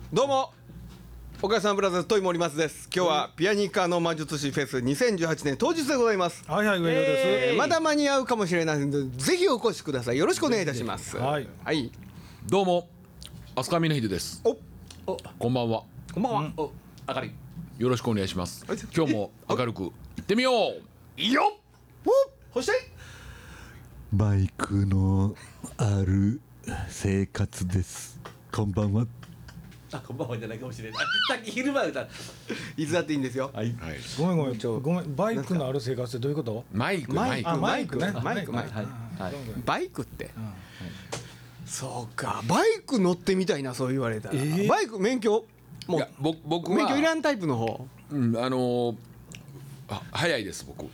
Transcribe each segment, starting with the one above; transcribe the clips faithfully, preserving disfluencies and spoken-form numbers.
どうもおかげさんブラザーズトイモリマスです。今日はピアニカの魔術師フェスにせんじゅうはちねん当日でございます。 はいはい、上野です、 えーまだ間に合うかもしれないのでぜひお越しください。よろしくお願いいたします。 はい、 はい、 どうも飛鳥峰秀です。 おおこんばんは。 こんばんは、 うん、 お明るいよろしくお願いします。今日も明るくいってみよう。 いいよ。おそしてバイクのある生活です。こんばんは。 あ、こんばんはじゃないかもしれない。さっき昼間歌った。 いつだっていいんですよ。 はい。 はい、 ごめんごめんちょごめん、バイクのある生活ってどういうこと？ マイクマイクマイクあ、マイクね、 マイクマイクはい。はい。 バイクって、そうかバイク乗ってみたいな、そう言われたら、 えーバイク免許もいうやぼ僕は免許いらんタイプの方。 うんあのー、あ早いです僕。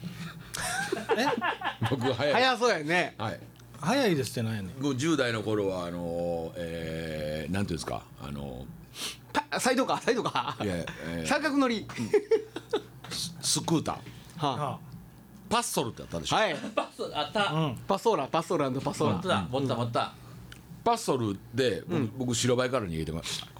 僕は早い。 早そうやね。 はい。 早いですってなんやねん。 もうじゅう代の頃はあのー、えー、なんていうんですかあのパサイドカーサイドカー、いや、 ーえー、 三角乗りスクーターはあパッソルってあったでしょ。 はい、 パスあった。 あ、うん、 パソーラパソーラパソーラ本当だ。持った持った。 パッソルで僕,、僕白バイから逃げてました。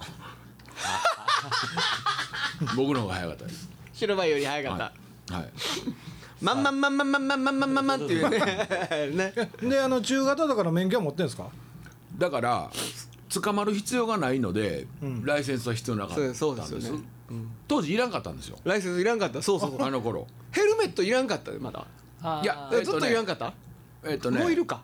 僕の方が早かったです。 白バイより早かった、 はい。 まんまんまんまんまんまんまんまんまんまんっていうねね。 で、あの中型とかの免許は持ってんすか？ だから捕まる必要がないので、 んライセンスは必要なかったんです。 そうそうですよね、 当時いらんかったんですよ。 ライセンスいらんかった。そうそうあの頃。 ヘルメットいらんかったでまだ。 いやずっといらんかった、 えっとね。 もういるか。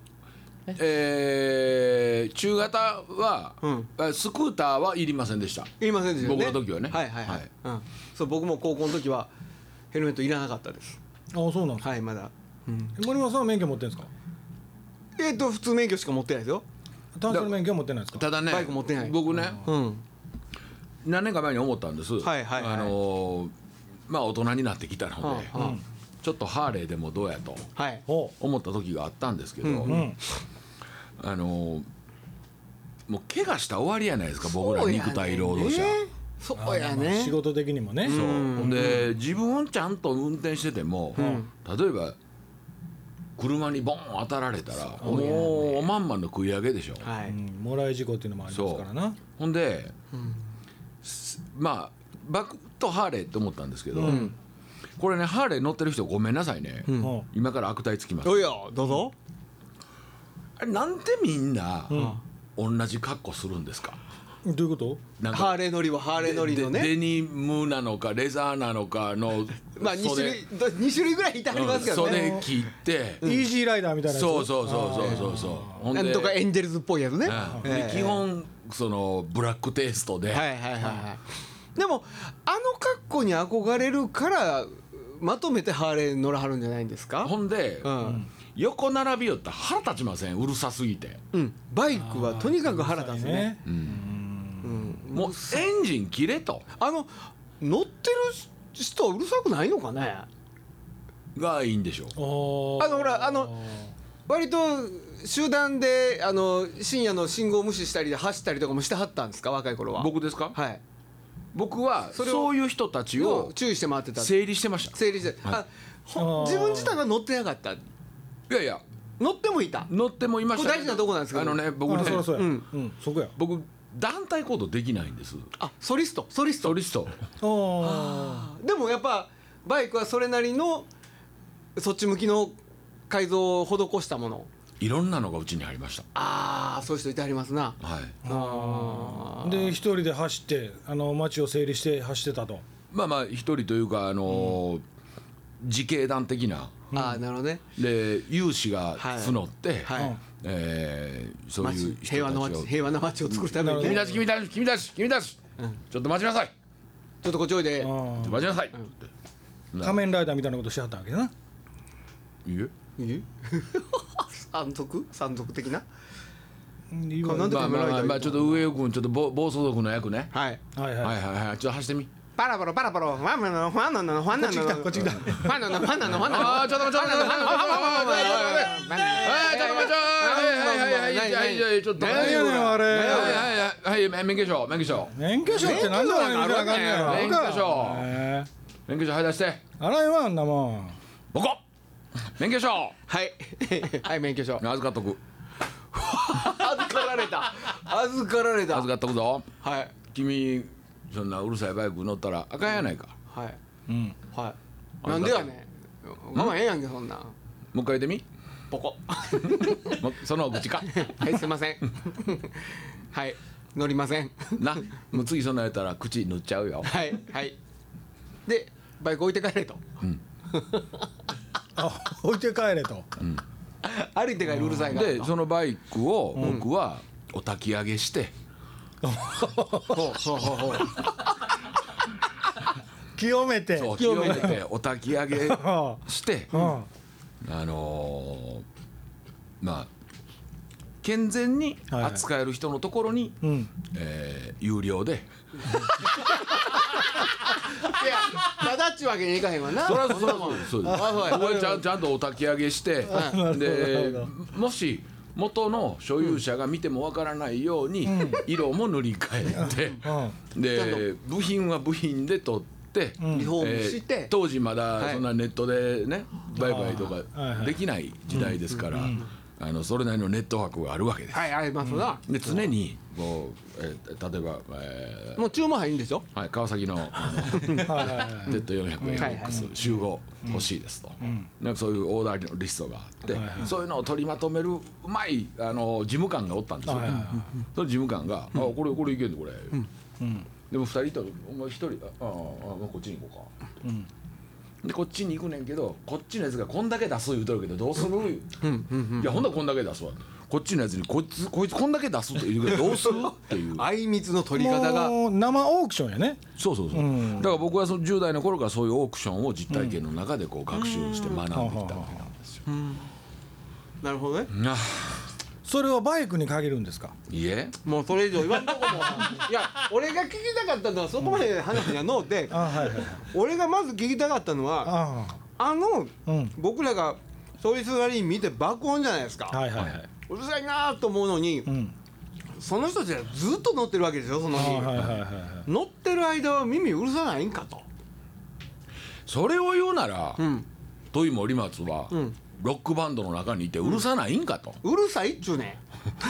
えー、中型は、 うんあスクーターはいりませんでした。 いりませんでしたよね。 僕の時はねはいはいはい、 はいうん、そう僕も高校の時はヘルメットいらなかったです。 あ、そうなんですか。 はいまだ、うん、 森本さんは免許持ってんすか？ えっ、と普通免許しか持ってないですよ。 単車の免許は持ってないですか？ ただね、 バイク持ってない僕ね、 うん何年か前に思ったんです。 はいはいはいあのーまあ大人になってきたので、 はあはあちょっとハーレーでもどうやとはいほ思った時があったんですけど、 うんう、うん、 あのーもう怪我したら終わりやないですか、僕ら肉体労働者。 そうやあまあね。 仕事的にもね。 そううんほんで自分ちゃんと運転してても、例えば車にボン当たられたらもうおまんまの食い上げでしょ。 はい、 うん、もらい事故っていうのもありますからな。 ほんで、すまあバックとハーレーって思ったんですけど、 うんこれねハーレー乗ってる人ごめんなさいね、 うんほ今から悪態つきます。 おいやどうぞ。 あれなんでみんな、 ん同じ格好するんですか？ うどういうこと？ なんかハーレー乗りはハーレー乗りのね。 でデニムなのかレザーなのかのまあに種類どに種類ぐらいいてはりますけどね。 袖切って、 イージーライダーみたいなやつ。 そうそうそうそうそうそうほんでなんとかエンジェルズっぽいやつね。 うんでええ基本そのブラックテイストで、 はいはいはいはい。でもあの格好に憧れるからまとめてハーレー乗らはるんじゃないんですか。 ほんで、 うん横並びよったら腹立ちません？うるさすぎて、 うん、バイクはとにかく腹立つね。 うんうん、 もうエンジン切れとあの乗ってる人はうるさくないのかね。 がいいんでしょう。 おーあのほらあの割と集団であの深夜の信号無視したりで走ったりとかもしてはったんですか、若い頃は。 僕ですか？ はい。 僕はそれをそういう人たちを注意して回ってた。 整理してました。 整理して、 はいあほあー自分自体は乗ってなかった。 いやいや乗ってもいた。 乗ってもいましたけど、 これ大事なとこなんですけどあのね僕ねあ、そりゃそうや。 ううんん、そこや。 僕団体行動できないんです。 あソリストソリストソリストおーあーでもやっぱバイクはそれなりのそっち向きの改造を施したもの。 いろんなのがうちにありました。 ああそういう人いてはりますな。 はい。 あーで一人で走ってあの街を整理して走ってたと。 まあまあ一人というかあのー自警団的なあーなるほどね。 で有志が募って、 はいうんえーそういう街平和の人たちを街平和な街を作るためにね、 君たち君たち君たち君たち、ちょっと待ちなさい、 ちょっとこっちおいで。 あちょっと待ちなさい、 ー仮面ライダーみたいなことしはったわけだな。 いいえいい山賊山賊的な。 いいわなんでまあまあまあ、まあ、ちょっと上尾君ちょっと暴暴走族の役ね、 はい。 はいはい。 はいはいはいちょっと走ってみ。 パラパラパラパラファンなのファンなのファンなのこっち来たこっち来たファンなのファンなのファンなの。 あーちょっと待ってちょっと待ってちょっと待ってちょっと待ってはいはいはいはいはいはいちょっと何やねんあれ。 はいはいはいはい免許証免許証免許証って何でもないんじゃあかんねやろ。 免許証へ免許証はい出してー洗いはあんなもん。 ボコ免許証はいはい免許証。 預かっとく預かられた預かられた。 預かっとくぞ。 はい。 君そんなうるさいバイク乗ったらあかんやないか、 はいうんはいなんでやねんまあまあええやんけそんなんもう一回言ってみポコもうその口かはいすいませんはい乗りませんなもう次そんなんやったら口塗っちゃうよはいはいでバイク置いて帰れとあ置いて帰れと歩いて帰るうるさいからでそのバイクを僕はお焚き上げして、 ほうほうほうほう清めてそう清めてお焚き上げはしてあはあのーまあ健全に扱える人のところに、 あうんえー有料でいやただっちゅうわけにいかへんわなそりゃそうそうそうですあそうやここでちゃんちゃんとお焚き上げしてでもし元の所有者が見てもわからないように色も塗り替えうんてで部品は部品で取ってリフォームして、 えー当時まはいだそんなネットでね売買とはいかはいできない時代ですからあのそれなりのネットワークがあるわけです。 はいありますな、 で常にこう、えー例えば、えーもう注文入るんでしょはい、川崎のあのはいはいはいゼットよんひゃくエックス 集合欲しいですと、なんかそういうオーダーのリストがあって、 はいはいそういうのを取りまとめるうまいあの事務官がおったんですよ、 はいはいはいその事務官が「あこれこれいけんのこれ」 うんでもふたりとお前ひとりあああこっちに行こうか、 うんでこっちに行くねんけどこっちのやつがこんだけ出す言うとるけどどうする、いやほんならこんだけ出すわこっちのやつにこいつこいつこんだけ出すって言うけどどうするっていうあいみつの取り方がもう生オークションやねそうそうそう、 うんだから僕はそのじゅう代の頃からそういうオークションを実体験の中でこう学習して学んできたわけなんですよ、 なるほどねあそれはバイクに限るんですかいえもうそれ以上言わんとこもいや俺が聞きたかったのはそこまで話にはのうてあはいはいはい俺がまず聞きたかったのはああのうん僕らがそいつなりに見て爆音じゃないですか、 はいはいはいうるさいなと思うのに、 うんその人たちはずっと乗ってるわけですよそのあ日、 はいはいはいはい乗ってる間は耳うるさないんかと、 それを言うなら、 うん、 トイモリマツは、 んロックバンドの中にいてうるさないんかと、 うるさいっちゅうね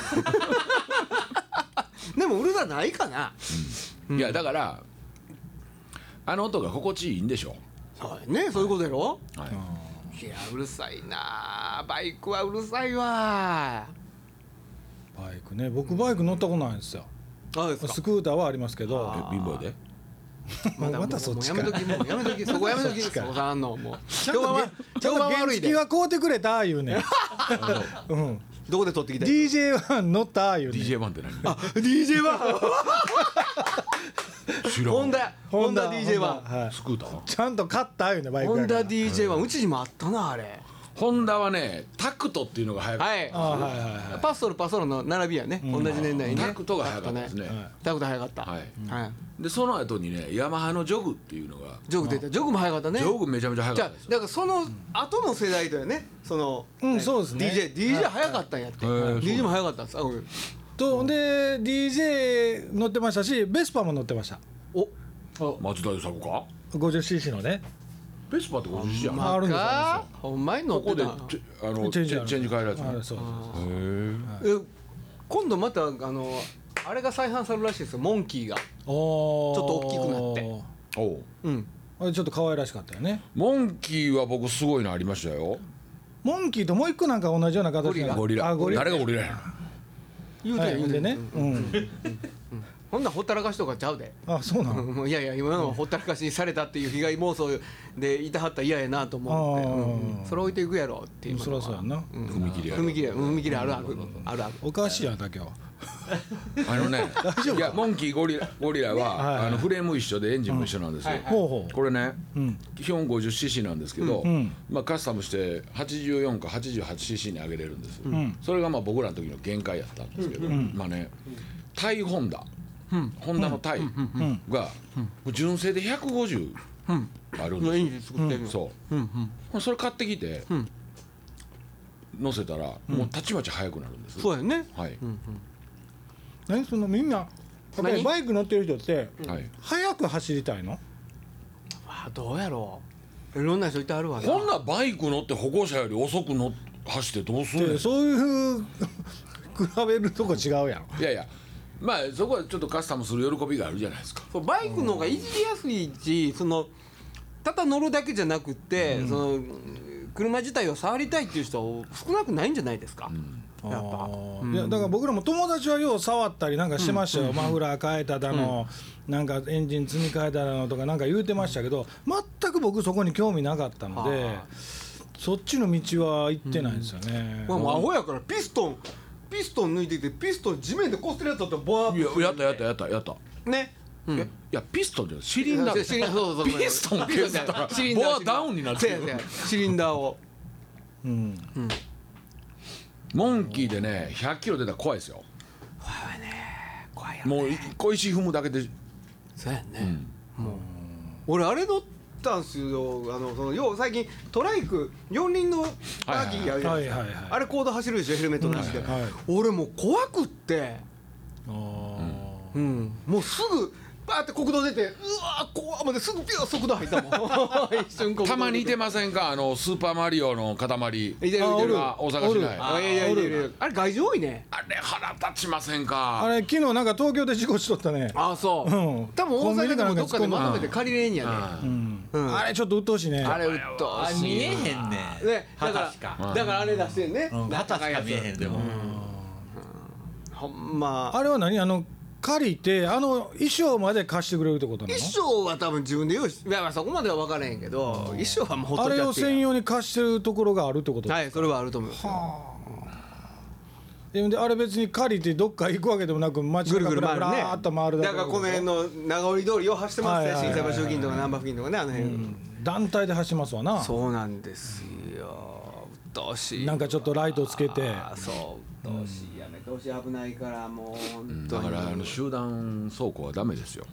んでもうるさないかな、 いやだからあの音が心地いいんでしょ、 そうやねそういうことやろはい、 いやうるさいなバイクはうるさいわバイクね僕バイク乗ったことないんですよそうですかスクーターはありますけどえ貧乏やでまもうたそっちかもうやめときもうやめときそこやめときそっちかそこさんのもうちゃんと評判は評判原悪いで付は買うてくれた言うねんうんどこで撮ってきたディージェーワン 乗った言うねんディージェーワン って何あ ディージェー は知らんホンダホンダ ディージェーワンホンダはいスクーターちゃんと買った言うねんバイクやからホンダ ディージェーワン うちにもあったなあれホンダはねタクトっていうのが早かった、 はいあはいはいはいパストルパストルの並びやね同じ年代にねタクトが早かったですね、 はいタクト早かったはいはいでその後にねヤマハのジョグっていうのが、 ジョグ出たジョグも早かったねジョグめちゃめちゃ早じゃあかったですよだからその後の世代だよねそのうんそうですねディージェー ディージェー 早かったんやってはいディージェー も早かったんですあごめんとで ディージェー 乗ってましたしベスパも乗ってましたお松田優作かごじゅっシーシー のねベスパってごじゅっシーやんああるんですよかほんまに乗ここでってたチェあのチェチェンジ変えるやつねあそうそうへえ今度またあのあれが再販されるらしいですよモンキーがおちょっと大きくなってえおううんあれちょっと可愛らしかったよねモンキーは僕すごいのありましたよモンキーともう一個なんか同じような形のゴリラあゴリラ誰がゴリラやん言うてはいでん言うてんねうんほんならほったらかしとかちゃうであそうなのもういやいや今のはほったらかしにされたっていう被害妄想でいたはったら嫌やなと思って、 あーうんそれ置いていくやろっていうのはそりゃそうやんな踏切や踏切踏切あるあるあるあるおかしいやんだけはあのねいやモンキーゴリラゴリラは、 はいはいあのフレーム一緒でエンジンも一緒なんですよ、 はいほうほうこれねうん基本 ごじゅっシーシー なんですけど、 うんまあ、カスタムしてはちじゅうよんか はちじゅうはちシーシー に上げれるんです、 んそれがまあ僕らの時の限界やったんですけど、まあねタイホンダ、ホンダのタイが純正でひゃくごじゅうあるんですよ、 エンジン作ってるのそう、 うんうんそれ買ってきて、 ん乗せたらもうたちまち速くなるんです、 そうやねはい、 何そのみんなやっぱり何バイク乗ってる人ってはい、 速く走りたいのあどうやろういろんな人いてあるわなこんなバイク乗って歩行者より遅くの走ってどうすんねんでそういう比べるとこ違うやんいやいやまあそこはちょっとカスタムする喜びがあるじゃないですか。 そうバイクの方がいじりやすいし、そのただ乗るだけじゃなくて、その車自体を触りたいっていう人少なくないんじゃないですか、やっぱ。 あーいやだから僕らも友達はよう触ったりなんかしてましたよ、マフラー変えただの、なんかエンジン積み替えただのとかなんか言うてましたけど、全く僕そこに興味なかったので、そっちの道は行ってないんですよね。 まあもうアホやからピストンピストン抜いててピストン地面でこすってるやつだったらボワいーッややったやったやったやった。 ね。 いやいやピストンじゃないシリンダー。 シリンそうそうそうピストン削ったらシリンダーボアダウンになってるそうやそうやシリンダーを。 うんモンキーでねひゃっキロ出たら怖いですよ。 怖いね怖いやもう小石踏むだけで。 そうやね、もう俺あれ乗ったんすよ、あのその要は最近トライク四輪のバギーあるじゃないですか、 はいはいはいあれコード走るでしょヘルメットなしで、 はいはい俺もう怖くってあーうんもうすぐバーって国道出てうわー怖っまですぐピュー速度入ったもん一瞬国道たまにいてまませんかあのスーパーマリオの塊。 いてるいてるあおるあ大阪市内。 おああいやいやいやいやあれ外人多いねれ腹立ちませんか。 あれ昨日なんか東京で事故しとったね。 あそう、 うん多分大阪でもどっかでまとめて借りれんやね、 うんうんあれちょっと鬱陶しいね。 あれうっとうしいあ見えへんねんねだから旗しかだからあれ出してんね、 うん旗しか見えへんでもほんまあれは何あの借りてあの衣装まで貸してくれるってことなの？ 衣装は多分自分で用意しいやまあそこまでは分からへんけど衣装はもうほっとあれをいてやって専用に貸してるところがあるってこと？ はいそれはあると思いますよであれ別に借りてどっか行くわけでもなく街ぐる中ブラブぐる回るねラーっと回るだけだからこの辺の長織通りを走ってますね、 はいはいはい心斎橋付近とか難波付近とかねあの辺、 団体で走りますわな。 そうなんですようっとうしいなんかちょっとライトつけてあーそううっとうしいやめてほしい危ないからもう本当にだからあの集団走行はダメですよ。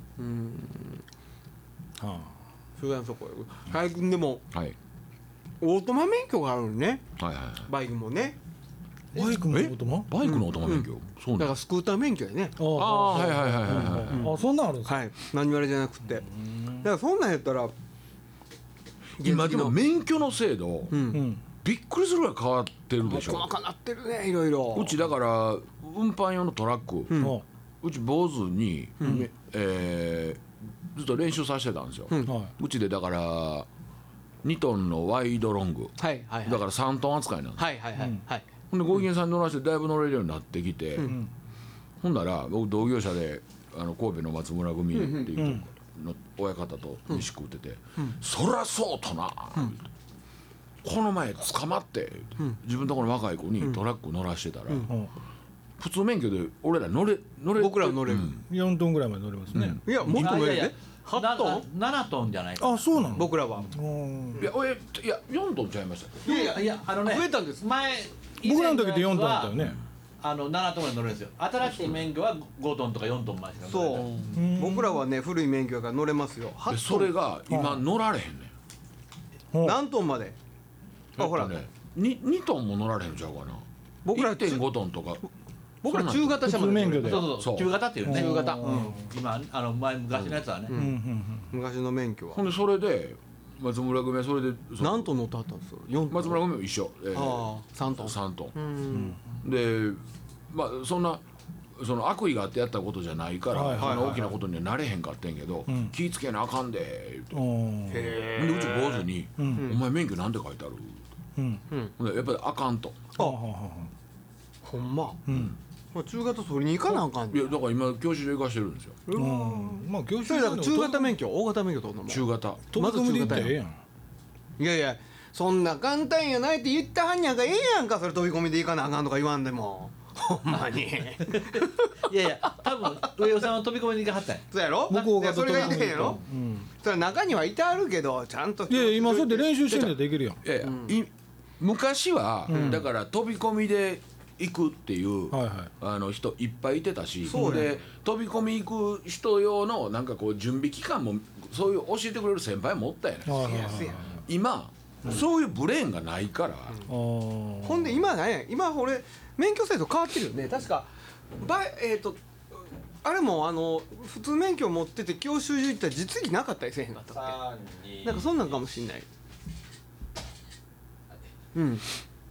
は集団走行最近でもはいオートマ免許があるのねはいはいはい。 バイクもねあバイクもオートマ？ バイクのオートマ免許。そうなん。 だからスクーター免許やねあああはいはいはいはいはい。 あそんなんあるんですか？ はいマニュアルじゃなくてだからそんなんやったら今でも免許の制度うんうんびっくりするぐらい変わってるでし細ょ。 かなってるねいろいろうちだから運搬用のトラック、うはち坊主に、めえーずっと練習させてたんですよ。 いはうちでだからにトンのワイドロングはいはいはいだからさんトン扱いなんです。 はいはいはいはいほんでご機嫌さんに乗らせてだいぶ乗れるようになってきて、ほんなら僕同業者であの神戸の松村組っていうとこの親方と飯食ってて「そらそうとな」この前捕まって言うて自分のところの若い子にトラック乗らしてたらいは普通免許で俺ら乗れ乗れ僕らは乗れるうんいよんトンぐらいまで乗れますね。 いやもっと乗れるいやいやねはちトンななトンじゃないかあそうなの？ 僕らはうんいや俺いやよんトンちゃいましたいやいやいやあのね増えたんです前僕らの時ってよんトンだ以前のやつはったよね。 あのななトンまで乗れるんですよ新しい免許はごトンとかよんトンまでしか乗れないそう僕らはね古い免許やから乗れますよはでちトンそれが今乗られへんねんほう何トンまであほらえっとねににトンも乗られへんちゃうかな僕らいってんごトンとか僕ら中型車まで乗れる普通免許でそうそうそそうう中型っていうね中型うん今あの前昔のやつはねうんうん昔の免許はほんでそれで松村組はそれでそ何トン乗ってはったんですよよんトン松村組も一緒、えーああさんトンさんトンうんでまあそんなその悪意があってやったことじゃないから、 はいはいそんな大きなことにはなれへんかってんけど、 ん気ぃつけなあかんで言うて、 うんへほんでうち坊主に、 んお前免許なんて書いてある?」 うんほんでやっぱりあかんと。 あはははほんまうんまあ中型取りに行かなあかんねいやだから今教習所行かしてるんですようんまあ教習それだから中型免免許大型免許取るのも中型飛び込みで行ったらええやん。 いやいやそんな簡単やないって言ったはんにゃんがええやんかそれ飛び込みで行かなあかんとか言わんでもほんまにいやいや多分上尾さんは飛び込みに行かはったんやそうやろ向こうがいやそれがいてへんやろうんそれは中にはいてあるけどちゃんといやいや今そうやって練習してんでできるやん。 いやいや、い昔は、だから飛び込みで行くっていう、 はいはいあの人いっぱいいてたしそうやで飛び込み行く人用のなんかこう準備期間もそういう教えてくれる先輩もおったやねんはいはいはいせや今、そういうブレーンがないから、 あーほんで今ね今俺免許制度変わってるよね確かばえっ、とあれもあの普通免許持ってて教習所行ったら実技なかったりせえへんかったっけなんかそんなんかもしんないうん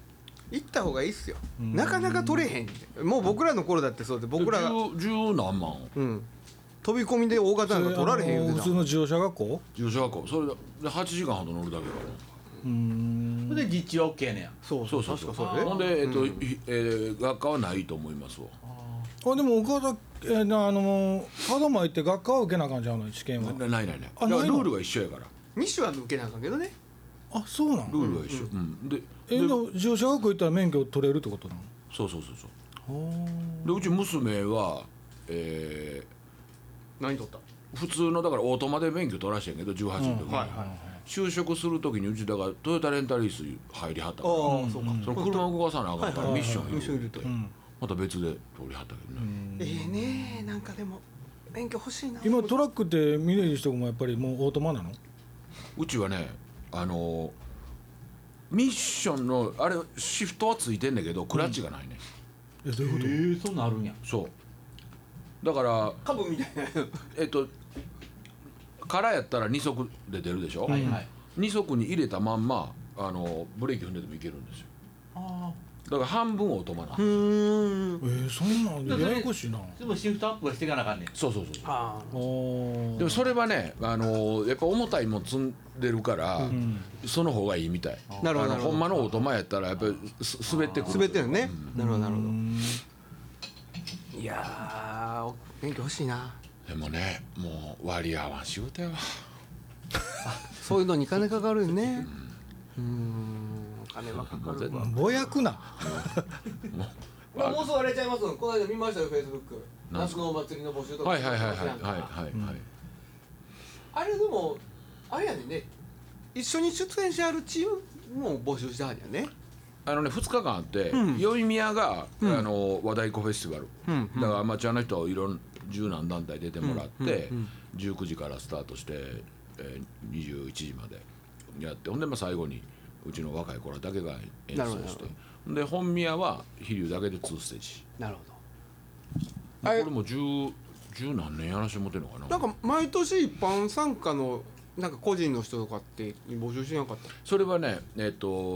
行った方がいいっすよ。 んなかなか取れへんって。もう僕らの頃だってそうで僕らが、 十十何万うん、飛び込みで大型なんか取られへんよ普通の自動車学校自動車学校それではちじかんほど乗るだけだからうーんそれで実地 OK ねや。 そうそうそうそう確かそうやで。 ほんで、えっとひえー学科はないと思いますわあでも岡田えーなあの門真行って学科は受けなあかんじゃうの試験はなないないないあないのだからルールが一緒やから二種は抜けなあかんけどね。 あそうなのルールが一緒、うんでえででも自動車学校行ったら免許取れるってことなのそうそうそうそうほーでうち娘は、え何取った？ ー普通のだからオートマで免許取らしてんけどじゅうはちの時に、 はいはい。 就職する時にうちだからトヨタレンタリース入りはったからああそうか。 その車を動かさなあかんからミッションミッション入れて。 うんまた別で取りはったけどね、 ええねなんかでも免許欲しいな。 今トラックって峰岸とこもやっぱりもうオートマなのうちはねあのミッションのあれシフトはついてんだけどクラッチがないね、 えどういうことえー、そんなんあるんや。 そうだから株みたいな。 えっと空やったらに速で出るでしょ、 はいはい。 に速に入れたまんまあのブレーキ踏んでてもいけるんですよあだから半分オートマな、 うーん。 えー、そんなんややこしいなあ。でもシフトアップはしていかなあかんねん。 そうそうそうそうあおでもそれはねあのやっぱ重たいもん積んでるから、 んその方がいいみたいなるほどあのほんまのオートマやったらやっぱりす滑ってくあ。 る滑ってるね。なるほどなるほど。 うんいやー免許欲しいな。 でもねもう割り合わん仕事やわそういうのに金かかるよね。うーん。お金はかかるわ。 ぼやくなまあもうすぐ割れちゃいます。この間見ましたよフェイスブック。 なんす夏のお祭りの募集とか。 はいはいはいはいはいはいはい、 あれでもあれやねんね。一緒に出演してあるチームも募集してはんやね。 あのねふつかかんあって、 うん宵宮が、 うんあの和太鼓フェスティバル、 うんだからアマチュアの人いろん十何団体出てもらって、 うんうんじゅうくじからスタートして、えー、にじゅういちじまでやってほんでまあ最後にうちの若い子らだけが演奏してほんで本宮は飛龍だけでにステージなるほこれも十十何年やらしてもってんのかなど。なんか毎年一般参加のなんか個人の人とかって募集してなかった。 それはねえっ、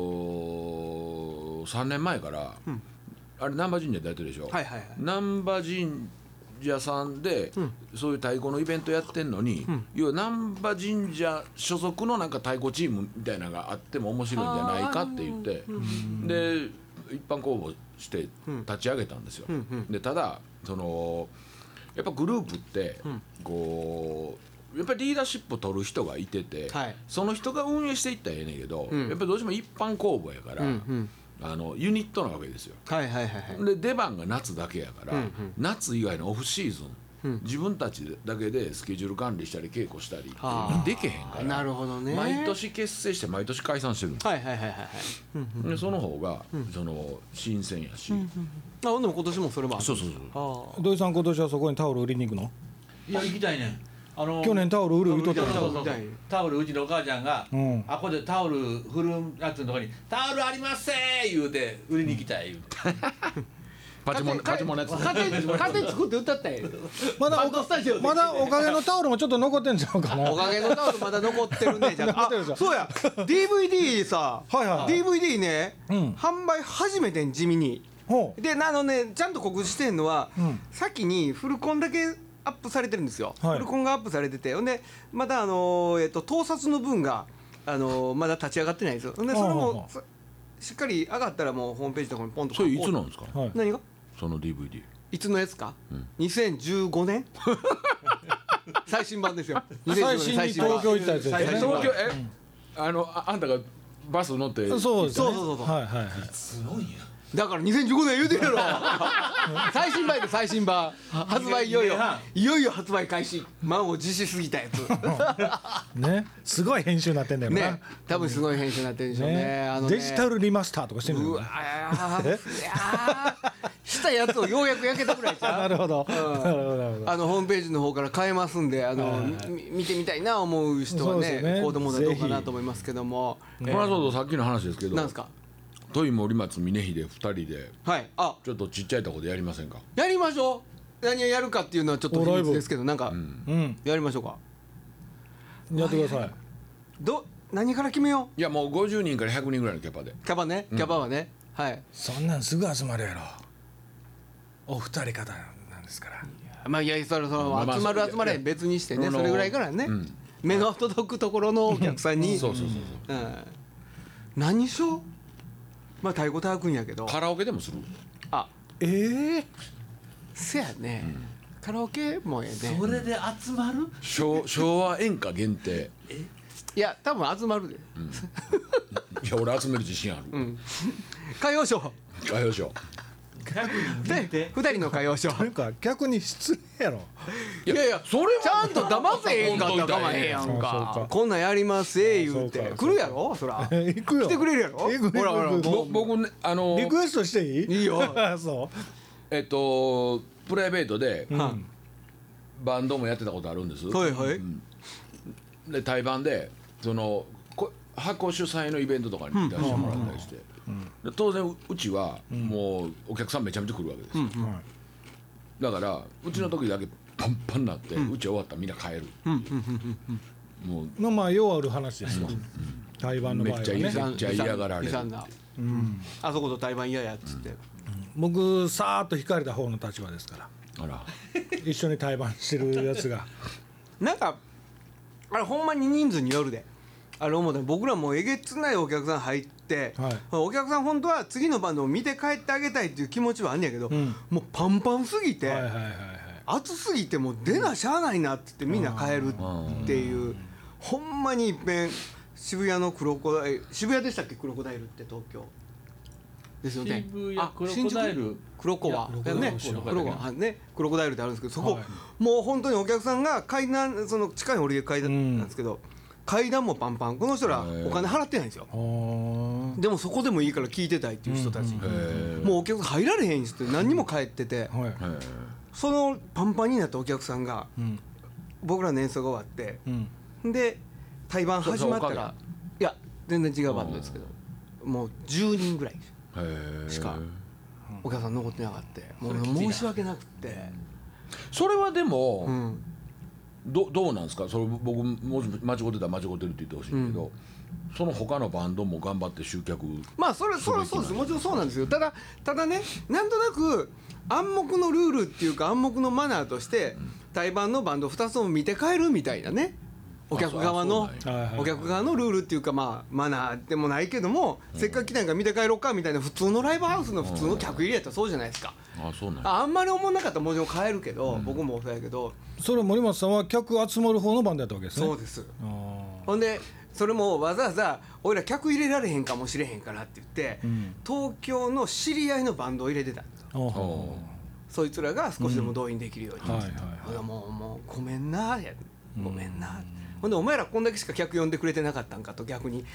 とさんねんまえから、 うんあれ難波神社でやってるでしょ、 はいはいはい。 難波神社さんで、 うんそういう太鼓のイベントやってんのに、 ん要は難波神社所属のなんか太鼓チームみたいなのがあっても面白いんじゃないかって言ってで一般公募して立ち上げたんですよ。 うんうんでただそのやっぱグループって、 んこうやっぱりリーダーシップを取る人がいてて、 はいその人が運営していったらええねんけど、 うんやっぱりどうしても一般公募やから、 うんうんあのユニットなわけですよ。 はいはいはいはい。 で出番が夏だけやから、 うんうん夏以外のオフシーズン、 うん自分たちだけでスケジュール管理したり稽古したりっていうのはあができへんからなるほどね。 毎年結成して毎年解散してるんです、 はいはいはいはいはい。うんでその方が、その新鮮やし、 あでも今年もそれもある。 そうそうそうああ。 土井さん今年はそこにタオル売りに行くのいや行きたいねん。あの去年タオル売る売りとったそうのそうそうタオルうちのお母ちゃんが、 うんあこでタオル振るやつのとこに「タオルありますせー!」言うて売りに行きたい言うて。 パチモンパチモンのやつ家庭家庭作って歌ったんや。 まだバンドスタジオでまだおかげのタオルもちょっと残ってんちゃうかなおかげのタオルまだ残ってるね。じゃあ、 残ってるでしょあそうや ディーブイディー さ、 はいはいディーブイディー ね、 うん販売始めてん地味に。 ほうであのねちゃんと告知してんのは、 うん先にフルコンだけアップされてるんですよ、 はいフルコンがアップされててほんでまだあのー、えっと盗撮の分があのー、まだ立ち上がってないんですよほんでそれはあはもさしっかり上がったらもうホームページとかにポンとそれいつのなんですかはい何がその ディーブイディーいつのやつか、 うんにせんじゅうごねん最新版ですよ最新に東京行ったやつですね最新版東京え、あのああんたがバス乗ってそうですねそうそうそうそうはいはいはいすごいやだからにせんじゅうごねん言うてるやろ最新版で最新版発売いよいよにねんはんいよいよ発売開始満を持しすぎたやつねすごい編集になってんだよなね多分すごい編集になってるんでしょうねねあのねデジタルリマスターとかしてるのうわーいやーしたやつをようやく焼けたぐらいちゃうなるほどうんなるほどなるほどあのホームページの方から買えますんであの、 はいみ見てみたいな思う人はそうですよねね子供だどうかなと思いますけどもこの後さっきの話ですけどなんですかトイ森松峰秀ふたりではいあちょっとちっちゃいとこでやりませんか。 やりましょう何をやるかっていうのはちょっと秘密ですけどなんか、 うんうんやりましょうかやってくださいど何から決めよいやもうごじゅうにんからひゃくにんぐらいのキャパでうキャバねキャバはね、 はいそんなんすぐ集まるやろお二人方なんですからまあいやそれそのまあまあ集まるそう集まれ別にしてねあのそれぐらいからね、 うん目の届くところのお客さんにそうそうそうそううん何しようまあ太鼓叩くんやけどカラオケでもするあええせやね、カラオケもええねそれで集まる昭昭和演歌限定いや多分集まるで、 いや俺集める自信ある、 歌謡ショーあよいしょひゃくにん限で定ふたりの歌謡ショーなんか逆に失礼やろいやいやそれはちゃんと騙せへんかったらかまへんやんそうそうかかこんなんやりますえ言うてそうか来るやろそら行くよ来てくれるやろ行くほらほら行くぼ僕ねあのリクエストしていいいいよあそえっとプライベートでう、うんバンドもやってたことあるんです、 はいはいで対バンでそのこ箱主催のイベントとかに出してもらったりして、で当然ううちはもうお客さんめちゃめちゃ来るわけですよ、 はだからうちの時だけパンパンになって、うち終わったらみんな帰る、もういまあまあようある話ですわ台湾の場合はめっちゃいいねめっちゃ嫌がられる悲惨なあそこと対バン嫌やっつって僕さーっと引かれた方の立場ですからあら一緒に対バンしてるやつがなんかあれほんまに人数によるであれ思うた僕らもうえげつないお客さん入って、 はいお客さん本当は次のバンドを見て帰ってあげたいっていう気持ちはあんねやけど、 んもうパンパンすぎて、 はいはいはいはい暑すぎてもう出なしゃあないなって言ってみんな帰るっていう、ほんまにいっぺん渋谷のクロコダイル渋谷でしたっけクロコダイルって東京ですよね渋谷あクロコダイル新宿クロコワいやねクロコクロコワねクロコダイルってあるんですけどそこ、 はいもう本当にお客さんが階段その地下に降りる階段なんですけど、階段もパンパンこの人らお金払ってないんですよあーでもそこでもいいから聞いてたいっていう人たち、 へえもうお客さん入られへん人って何にも帰ってて、 はいそのパンパンになったお客さんがうん僕らの演奏が終わってうんで対バン始まったそうそうらいや全然違うバンドですけどもうじゅうにんぐらいへえしかお客さん残ってなかったもうそれきついな申し訳なくってそれはでも、 うんどどうなんですかそれ僕もし間違ってたら間違ってるって言ってほしいけど、その他のバンドも頑張って集客まあそれそれはそうですもちろんそうなんですよただただねなんとなく暗黙のルールっていうか暗黙のマナーとして対バンのバンドふたつを見て帰るみたいなねお客側のあそうはいはいはいお客側のルールっていうかまあマナーでもないけどもせっかく来たんから見て帰ろうかみたいな普通のライブハウスの普通の客入れやったらそうじゃないですかあそうなんやああんまり思んなかったらもちろん帰るけど僕もそうやけどそれ森本さんは客集まる方のバンドやったわけですねそうですあほんでそれもわざわざ「おいら客入れられへんかもしれへんから」って言って、 ん東京の知り合いのバンドを入れてたんですよーあおそいつらが少しでも動員できるように、 はいはいほんでもうもうごめんなやごめんな、ほんでお前らこんだけしか客呼んでくれてなかったんかと逆に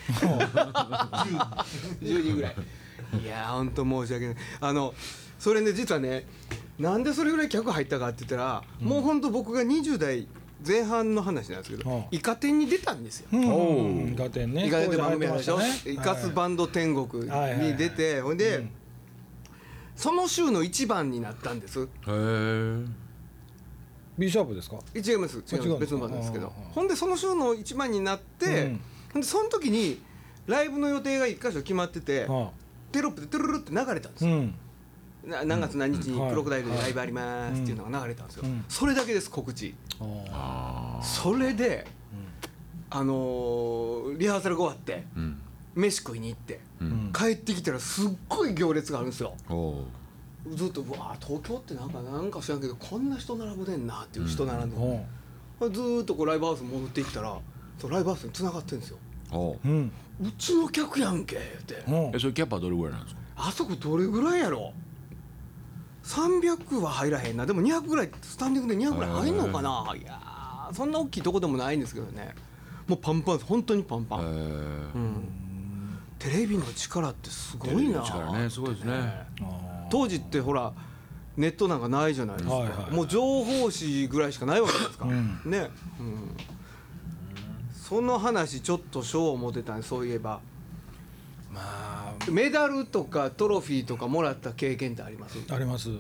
じゅうにんぐらいいやーほんと申し訳ないあのそれね実はねなんでそれぐらい客入ったかって言ったら、もうほんと僕がにじゅう代前半の話なんですけど、 はあイカ天に出たんですよ、 うんおううんガテンねイカ天って番組あるでしょ、 当時流行ってイましたねカスバンド天国に出て、ほんで、その週の一番になったんですへえビーシャープですか違います違いあ違うんですかます別のバンドですけどああああほんでその週の一番になって、 うんほんでその時にライブの予定が一箇所決まってて、 はテロップでトゥルルルって流れたんですよ、 うんな何月何日うんにクロコダイルでライブありますっていうのが流れたんですよ、 うんそれだけです告知あそれで、あのーリハーサルが終わってうん飯食いに行って、 うん帰ってきたらすっごい行列があるんですよおうずっとうわー東京ってなんかなんか知らんけどこんな人並ぶねんなっていう人並んで、 ーうんずーっとこうライブハウス戻っていったらそのライブハウスに繋がってるんですよおううんうちの客やんけってうんえそれキャパどれぐらいなんですかあそこどれぐらいやろさんびゃくは入らへんなでもにひゃくぐらいスタンディングでにひゃくぐらい入んのかないやーそんな大きいとこでもないんですけどねもうパンパンです本当にパンパン、 へえうんテレビの力ってすごいなテレビの力ねすごいですねあ当時ってほらネットなんかないじゃないですか、 はいはいはいもう情報誌ぐらいしかないわけじゃないですか、 うんね、うん、その話ちょっと賞を持てたんそういえばーまあメダルとかトロフィーとかもらった経験ってありますあります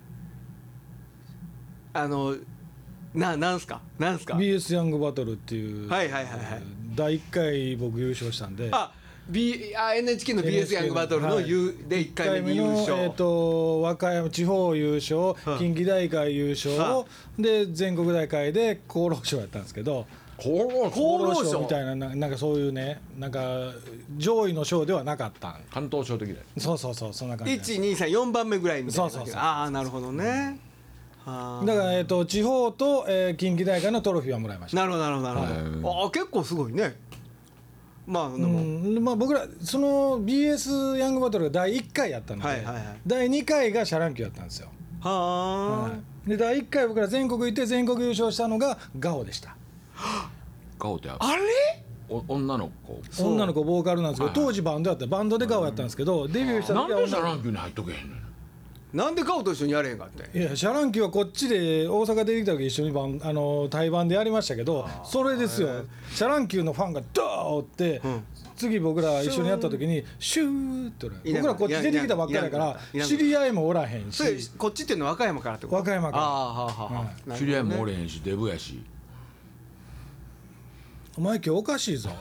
あのななんすかなんすかビーエス ヤングバトルっていうはいはいはいはいだいいっかい僕優勝したんであ B あ エヌエイチケー の ビーエス ヤングバトルの優でいっかいめに優勝、 えー、と和歌山地方優勝、近畿大会優勝、で全国大会で厚労省やったんですけど、 厚労厚労省みたいな、ななんかそういうね、なんか上位の賞ではなかったん。 関東省的だよ。 そうそうそう、そんな感じ。 いちにさんよんばんめぐらいみたいな。 そうそうそうああなるほどね。はあだから、えー、と地方と、えー、近畿大会のトロフィーはもらいました。 なるほどなるほどなるほど。ああ結構すごいね。まあでうも、 んまあ、僕らその ビーエス ヤングバトルがだいいっかいやったので、 はいはいはいだいにかいがシャランキューやったんですよ。 はあ、 はいでだいいっかい僕ら全国行って全国優勝したのがガオでした。 ガオってあれお女の子。 女の子ボーカルなんですけど、 はいはい当時バンドやったバンドでガオやったんですけど、デビューしたなん時はでシャランキューに入っとけへんねん。 なんで顔と一緒にやれへんかっていやシャランキューはこっちで大阪出てきた時一緒にバンあの対バンでやりましたけど、それですよ。シャランキューのファンがドーッおって、うん、次僕ら一緒にやった時にシューッと僕らこっち出てきたばっかりだから知り合いもおらへんし。 それこっちっていうのは和歌山からってこと？ 和歌山から。 ああはあはあ、はあ、 知り合いもおれへんしデブやし。 お前今日おかしいぞ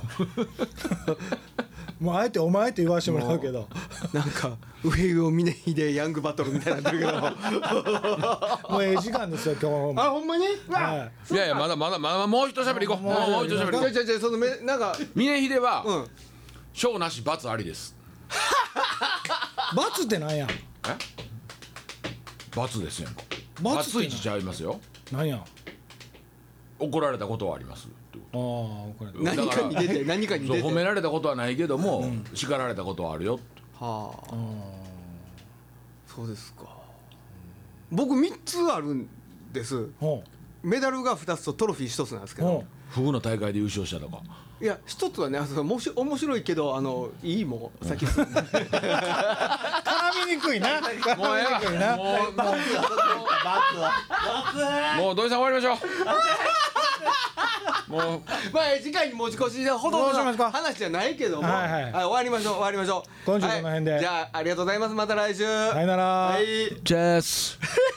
もうあえてお前って言わせてもらうけどなんか上尾峰秀ヤングバトルみたいになってるけどもうええ時間ですよ今日も。 あほんまに、 はい、 いやいやまだまだまだもう一しゃべりいこう。もうもう一しゃべりいこう。 じゃじゃそのめなんか峰秀はうん賞なし罰ありです。 罰ってなんや。 え罰ですやんか。 罰って罰いちちゃいますよ。 なんや。 怒られたことはありますってこああこれと。 何かに出て何かに出てそう褒められたことはないけども、うん、叱られたことはあるよ。 はあ、そうですか。僕みっつあるんです。メダルがふたつとトロフィーひとつなんですけど、 フグの大会で優勝したとか。 いやひとつはね、あのもし面白いけどあのいいもん先絡みにくいな。 もうええわ。もうもうバツはもう土井さん終わりましょう。もうまあ次回に持ち越しでほどほどの話じゃないけども、 はいはい終わりましょう終わりましょう。 今週この辺で、 はい、じゃあありがとうございます。また来週。 さよなら。 はい。 チェス。